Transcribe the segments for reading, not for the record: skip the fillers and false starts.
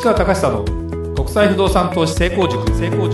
川隆久の国際不動産投資成功塾。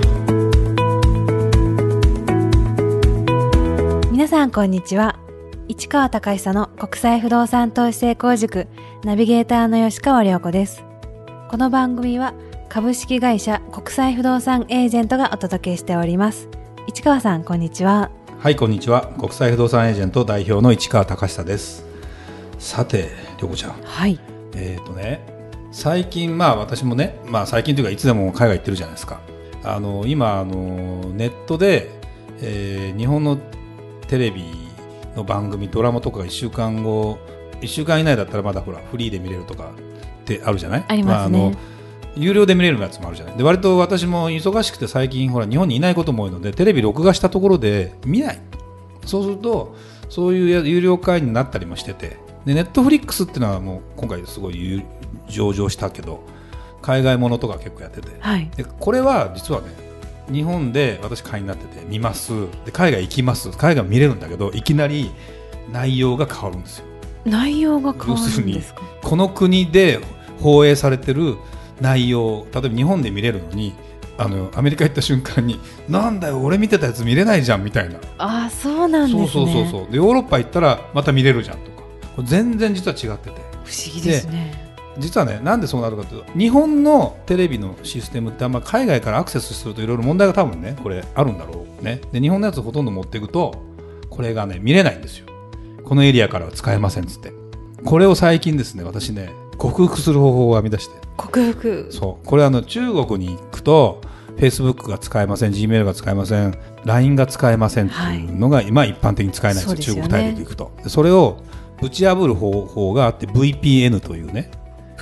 皆さんこんにちは。市川隆久の国際不動産投資成功塾ナビゲーターの吉川良子です。この番組は株式会社国際不動産エージェントがお届けしております。市川さんこんにちは。 はい、こんにちは。国際不動産エージェント代表の市川隆久です。さて良子ちゃん、 はい、 最近私もね、最近というかいつでも海外行ってるじゃないですか。今ネットで、日本のテレビの番組ドラマとか1週間以内だったらまだほらフリーで見れるとかってあるじゃない。 ありますね。 有料で見れるやつもあるじゃない。で割と私も忙しくて最近ほら日本にいないことも多いのでテレビ録画したところで見ない。そうするとそういう有料会員になったりもしてて、でネットフリックスっていうのはもう今回すごい上場したけど海外ものとか結構やってて、 はい、 でこれは実はね日本で私会員になってて見ます。で海外行きます。海外見れるんだけどいきなり内容が変わるんですよ。 内容が変わるんですか。 要するにこの国で放映されてる内容、例えば日本で見れるのにアメリカ行った瞬間になんだよ俺見てたやつ見れないじゃんみたいな。 ああそうなんですね。 そうでヨーロッパ行ったらまた見れるじゃんとか、これ全然実は違ってて不思議ですね。 実はねなんでそうなるかというと日本のテレビのシステムって海外からアクセスするといろいろ問題が多分ねこれあるんだろうね。で日本のやつほとんど持っていくとこれがね見れないんですよ。このエリアからは使えませんっつって。これを最近ですね私ね克服する方法を編み出して。 克服。 そうこれ中国に行くと Facebook が使えません、 Gmail が使えません、 LINE が使えませんっていうのが今一般的に使えないんですよ、中国大陸行くと。それをぶち破る方法があって VPN というね。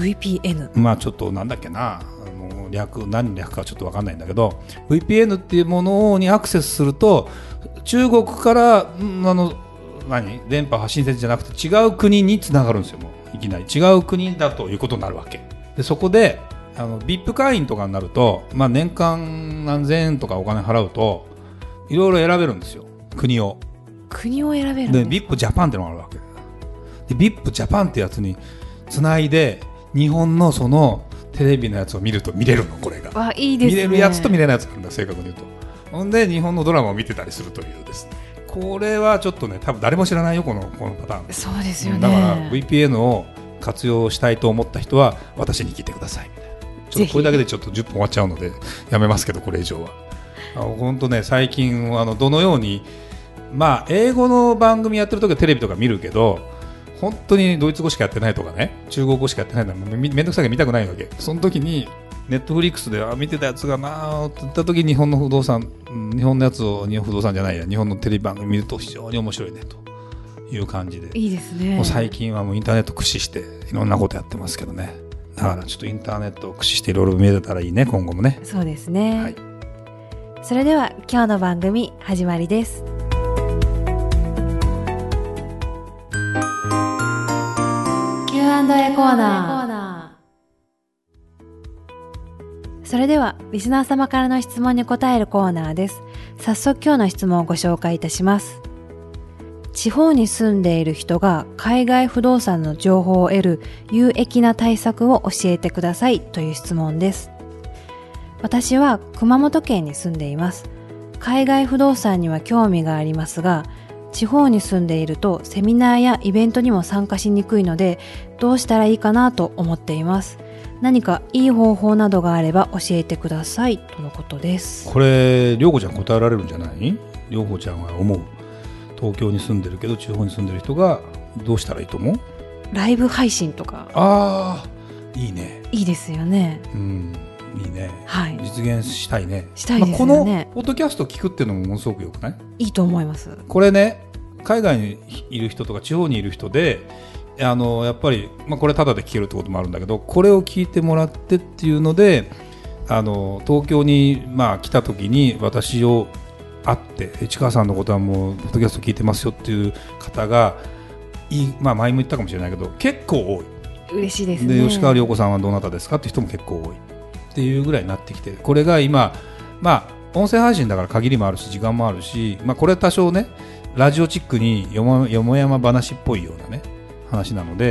VPN ちょっとなんだっけな、何略かちょっと分かんないんだけど VPN っていうものにアクセスすると中国から電波発信線じゃなくて違う国につながるんですよ。もういきなり違う国だということになるわけで、そこでVIP 会員とかになると、年間何千円とかお金払うといろいろ選べるんですよ。国を選べるんですか。 で VIP ジャパンってのがあるわけで VIP ジャパンってやつにつないで日本のそのテレビのやつを見ると見れるの。これがいいですね。 見れるやつと見れないやつなんだ正確に言うと。ほんで日本のドラマを見てたりするというですね。これはちょっとね多分誰も知らないよこのパターン。 そうですよね。 だから VPN を活用したいと思った人は私に聞いてくださいみたいな。ちょっとこれだけでちょっと10分終わっちゃうのでやめますけど、これ以上は本当ね最近どのように英語の番組やってる時はテレビとか見るけど本当にドイツ語しかやってないとかね中国語しかやってないのめんどくさいから見たくないわけ。その時にネットフリックスで見てたやつがなって言った時に日本の不動産、日本のやつを日本不動産じゃないや日本のテレビ番組見ると非常に面白いねという感じで。 いいですね。 もう最近はもうインターネット駆使していろんなことやってますけどね。だからちょっとインターネットを駆使していろいろ見えたらいいね今後もね。 そうですね、 はい、 それでは今日の番組始まりです。Q&A コーナー。それではリスナー様からの質問に答えるコーナーです。早速今日の質問をご紹介いたします。地方に住んでいる人が海外不動産の情報を得る有益な対策を教えてくださいという質問です。私は熊本県に住んでいます。海外不動産には興味がありますが、地方に住んでいるとセミナーやイベントにも参加しにくいのでどうしたらいいかなと思っています。何かいい方法などがあれば教えてくださいとのことです。 これ涼子ちゃん答えられるんじゃない？涼子ちゃんは思う。東京に住んでるけど地方に住んでる人がどうしたらいいと思う？ ライブ配信とか。 いいね。 いいですよね。 いいね、 はい、 実現したいね。 したいですよね。 このポッドキャスト聞くっていうのもものすごくよくない？ いいと思います。 これね海外にいる人とか地方にいる人でやっぱり、これタダで聞けるってこともあるんだけどこれを聞いてもらってっていうので東京に、来た時に私を会って市川さんのことはもうポッドキャスト聞いてますよっていう方が前も言ったかもしれないけど結構多い。 嬉しいですね。 で吉川涼子さんはどなたですかっていう人も結構多いっていうぐらいになってきて、これが今音声配信だから限りもあるし時間もあるし、これは多少ねラジオチックによもやま話っぽいようなね話なので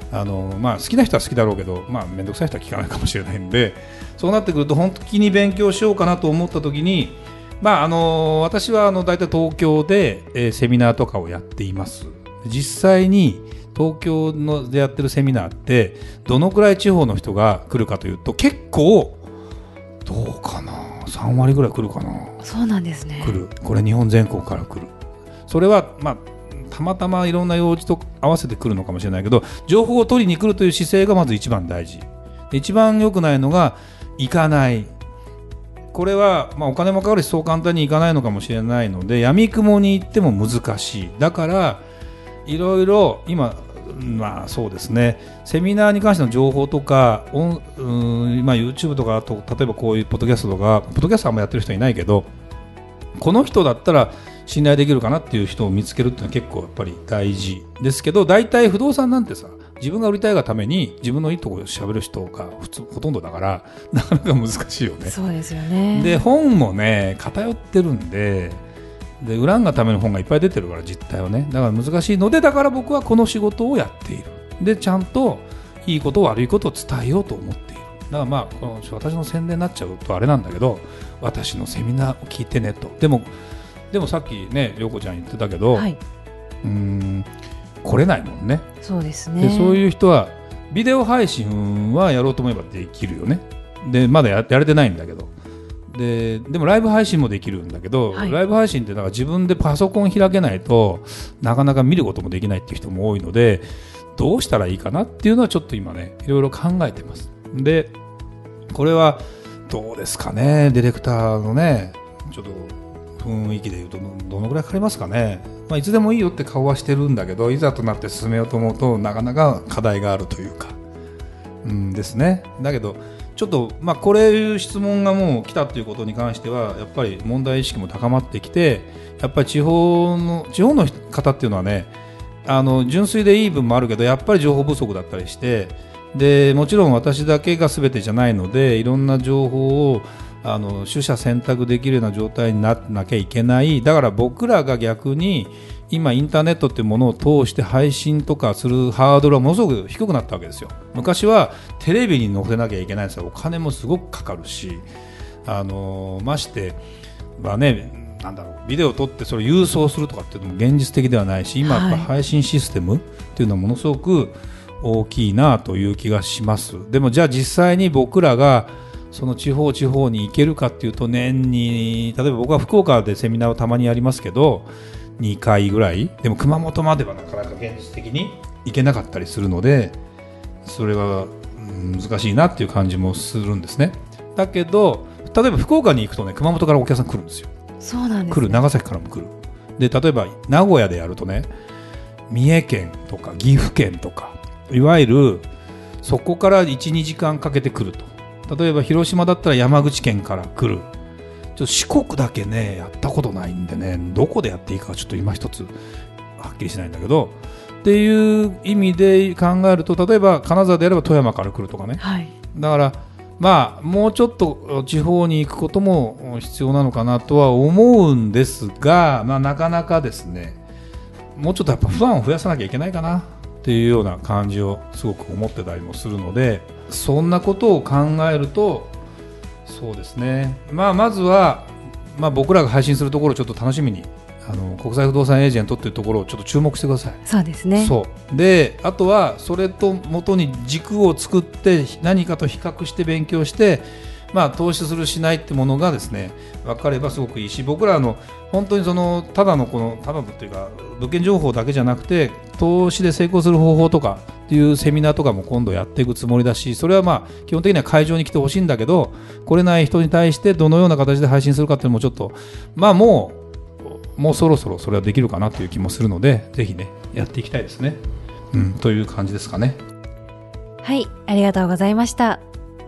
好きな人は好きだろうけど、面倒くさい人は聞かないかもしれないんで、そうなってくると本気に勉強しようかなと思った時に、私は大体東京で、セミナーとかをやっています。実際に東京でやってるセミナーってどのくらい地方の人が来るかというと、結構どうかな、3割ぐらい来るかな。 そうなんですね。 来る。これ日本全国から来る。それはたまたまいろんな用事と合わせて来るのかもしれないけど、情報を取りに来るという姿勢がまず一番大事。一番良くないのが行かない。これは、お金もかかるしそう簡単に行かないのかもしれないので、闇雲に行っても難しい。だからいろいろ今、そうですね、セミナーに関しての情報とか、YouTube とか、あと例えばこういうポッドキャストとか、ポッドキャストはあんまやってる人いないけど、この人だったら信頼できるかなっていう人を見つけるっていうのは結構やっぱり大事ですけど、大体不動産なんてさ、自分が売りたいがために自分のいいところで喋る人がほとんどだから、なかなか難しいよね。 そうですよね。 で、本もね偏ってるんで、売らんがための本がいっぱい出てるから、実態はね、だから難しいので、だから僕はこの仕事をやっている。でちゃんといいこと悪いことを伝えようと思っている。だからこの私の宣伝になっちゃうとあれなんだけど、私のセミナーを聞いてねと。でもさっきね、陽子ちゃん言ってたけど、はい、来れないもんね。 そうですね。 でそういう人はビデオ配信はやろうと思えばできるよね。でまだやれてないんだけど、でもライブ配信もできるんだけど、はい、ライブ配信ってなんか自分でパソコン開けないとなかなか見ることもできないっていう人も多いので、どうしたらいいかなっていうのはちょっと今ね、いろいろ考えてます。でこれはどうですかね、ディレクターのね、ちょっと雰囲気でいうとどのぐらいかかりますかね。いつでもいいよって顔はしてるんだけど、いざとなって進めようと思うとなかなか課題があるというか、ですね。だけどちょっとこれいう質問がもう来たということに関しては、やっぱり問題意識も高まってきて、やっぱり地方の方っていうのはね、純粋でいい分もあるけど、やっぱり情報不足だったりして、でもちろん私だけが全てじゃないので、いろんな情報を取捨選択できるような状態にならなきゃいけない。だから僕らが逆に今インターネットっていうものを通して配信とかするハードルはものすごく低くなったわけですよ。昔はテレビに載せなきゃいけないんですよ。お金もすごくかかるし、ましてはね、ビデオを撮ってそれを郵送するとかっていうのも現実的ではないし、今やっぱ配信システムっていうのはものすごく大きいなという気がします。でもじゃあ実際に僕らがその地方に行けるかっていうと、年に例えば僕は福岡でセミナーをたまにやりますけど2回ぐらいでも熊本まではなかなか現実的に行けなかったりするので、それは難しいなっていう感じもするんですね。だけど例えば福岡に行くとね、熊本からお客さん来るんですよ。 そうなんですね。 来る。長崎からも来る。で例えば名古屋でやるとね、三重県とか岐阜県とか、いわゆるそこから 1,2 時間かけて来ると。例えば広島だったら山口県から来る。ちょっと四国だけねやったことないんでね、どこでやっていいかちょっと今一つはっきりしないんだけど、っていう意味で考えると、例えば金沢であれば富山から来るとかね、はい、だからもうちょっと地方に行くことも必要なのかなとは思うんですが、なかなかですね、もうちょっとやっぱファンを増やさなきゃいけないかなっていうような感じをすごく思ってたりもするので、そんなことを考えると、そうですね、まずは、僕らが配信するところをちょっと楽しみに、国際不動産エージェントっていうところをちょっと注目してください。 そうですね。 そうで、あとはそれと元に軸を作って何かと比較して勉強して、投資するしないってものがですね分かればすごくいいし、僕ら本当にただのっていうか物件情報だけじゃなくて、投資で成功する方法とかっていうセミナーとかも今度やっていくつもりだし、それは基本的には会場に来てほしいんだけど、来れない人に対してどのような形で配信するかっていうのもちょっともうそろそろそれはできるかなという気もするので、ぜひねやっていきたいですね。という感じですかね。 はい、ありがとうございました。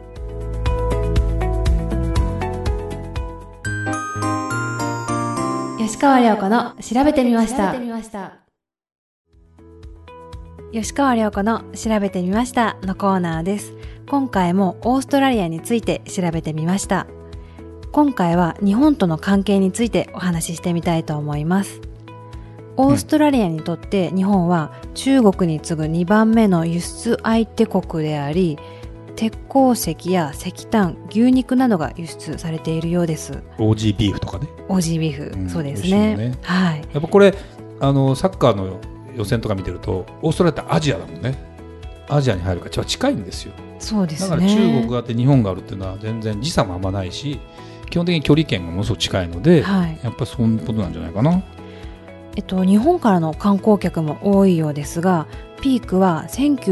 吉川亮子の調べてみました。吉川亮子の調べてみましたのコーナーです。今回もオーストラリアについて調べてみました。今回は日本との関係についてお話ししてみたいと思います。 オーストラリアにとって日本は中国に次ぐ2番目の輸出相手国であり、鉄鉱石や石炭、牛肉などが輸出されているようです。 オージービーフとかね。 オージービーフ、そうですね。 美味しいよね。 はい。 やっぱこれサッカーの予選とか見てると、オーストラリアってアジアだもんね。アジアに入るから近いんですよ。 そうですね。 だから中国があって日本があるっていうのは全然時差もあんまないし、基本的に距離圏がものすごく近いので、 はい、 やっぱりそういうことなんじゃないかな。 日本からの観光客も多いようですが、ピークは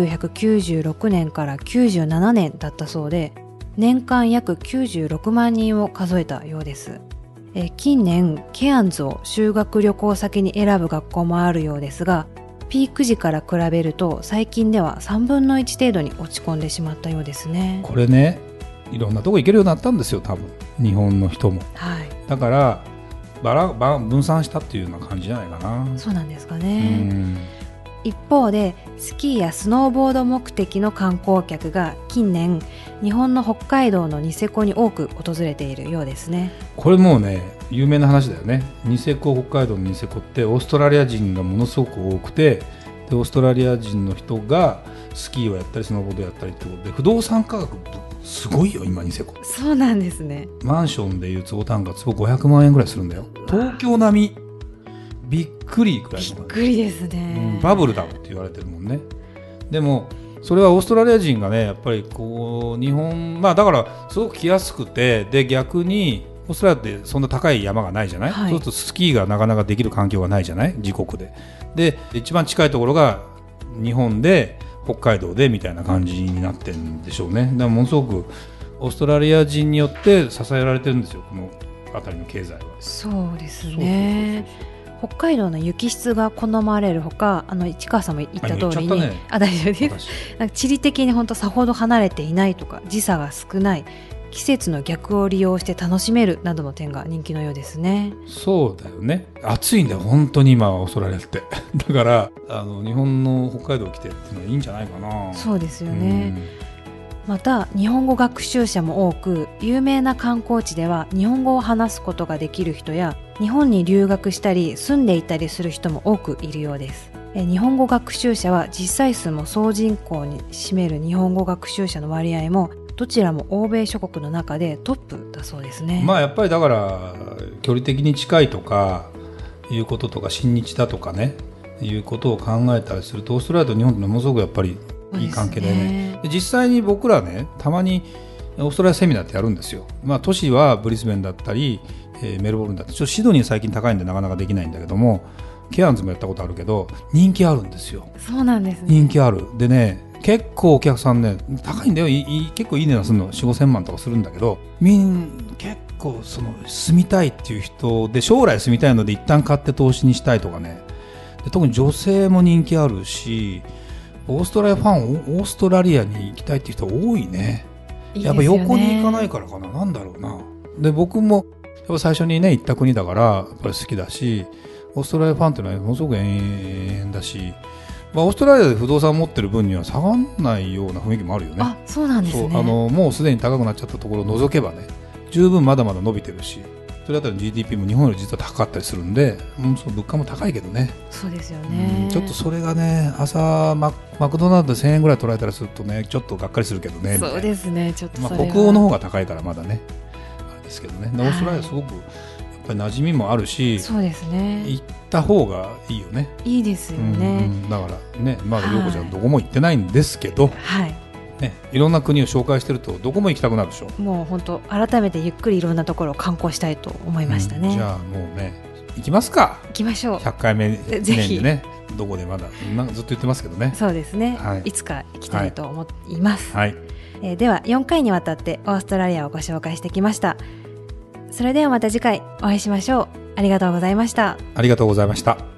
1996年から97年だったそうで、年間約96万人を数えたようです。近年ケアンズを修学旅行先に選ぶ学校もあるようですが、ピーク時から比べると最近では3分の1程度に落ち込んでしまったようですね。 これね、いろんなとこ行けるようになったんですよ、多分日本の人も。 はい、 だから分散したっていうような感じじゃないかな。 そうなんですかね。一方でスキーやスノーボード目的の観光客が近年日本の北海道のニセコに多く訪れているようですね。 これもうね、有名な話だよね。ニセコ、北海道のニセコってオーストラリア人がものすごく多くて、でオーストラリア人の人がスキーをやったりスノーボードやったりってことで、不動産価格すごいよ今ニセコ。 そうなんですね。 マンションでいう坪単価坪500万円ぐらいするんだよ。東京並み。びっくりくらいの。 びっくりですね。 バブルだって言われてるもんね。でもそれはオーストラリア人がね、やっぱりこう日本、だからすごく来やすくて、で逆にオーストラリアってそんな高い山がないじゃない、はい、そうするとスキーがなかなかできる環境がないじゃない、自国で。で一番近いところが日本で北海道でみたいな感じになってるんでしょうね。だからものすごくオーストラリア人によって支えられてるんですよ、この辺りの経済は。 そうですね。北海道の雪質が好まれるほか、市川さんも言った通りに、大丈夫です。なんか地理的に本当さほど離れていないとか、時差が少ない、季節の逆を利用して楽しめるなどの点が人気のようですね。 そうだよね。暑いんだよ本当に今はオーストラリアってだから日本の北海道来てっていうのはいいんじゃないかな。 そうですよね。また日本語学習者も多く、有名な観光地では日本語を話すことができる人や日本に留学したり住んでいたりする人も多くいるようです。日本語学習者は実際数も総人口に占める日本語学習者の割合もどちらも欧米諸国の中でトップだそうですね。 やっぱりだから距離的に近いとかいうこととか、親日だとかねいうことを考えたりすると、オーストラリアと日本ってものすごくやっぱりいい関係でね。で実際に僕らね、たまにオーストラリアセミナーってやるんですよ。都市はブリスベンだったり、メルボルンだったり、シドニー最近高いんでなかなかできないんだけども、ケアンズもやったことあるけど人気あるんですよ。 そうなんですね。 人気ある。でね、結構お客さんね、高いんだよ。結構いい値段するの、4、5千万とかするんだけど、結構住みたいっていう人で、将来住みたいので一旦買って投資にしたいとかね。で特に女性も人気あるし、オーストラリアファン、オーストラリアに行きたいっていう人多いね。やっぱ横に行かないからかな、なんだろうな。で僕もやっぱ最初にね行った国だからやっぱり好きだし、オーストラリアファンっていうのはものすごく永遠だし、オーストラリアで不動産持ってる分には下がらないような雰囲気もあるよね。 あ、そうなんですね。 もうすでに高くなっちゃったところを除けばね、十分まだまだ伸びてるし、それだったら GDP も日本より実は高かったりするんで、そう物価も高いけどね。 そうですよね。 ちょっとそれがね、朝マクドナルドで1000円ぐらい取られたりするとね、ちょっとがっかりするけどね。 そうですね。ちょっとそれは北欧の方が高いからまだねあれですけどね。オーストラリアすごくやっぱり馴染みもあるし、 そうですね、 行った方がいいよね。 いいですよね。 だからね、まだ陽子ちゃんどこも行ってないんですけど、 はいね、いろんな国を紹介してるとどこも行きたくなるでしょ。 もう本当改めてゆっくりいろんなところを観光したいと思いましたね。 じゃあもうね、行きますか。 行きましょう。 100回目記念でね、どこでまだずっと言ってますけどね。 そうですね、 はい、 いつか行きたいと思います、 はい。 では4回にわたってオーストラリアをご紹介してきました。それではまた次回お会いしましょう。ありがとうございました。 ありがとうございました。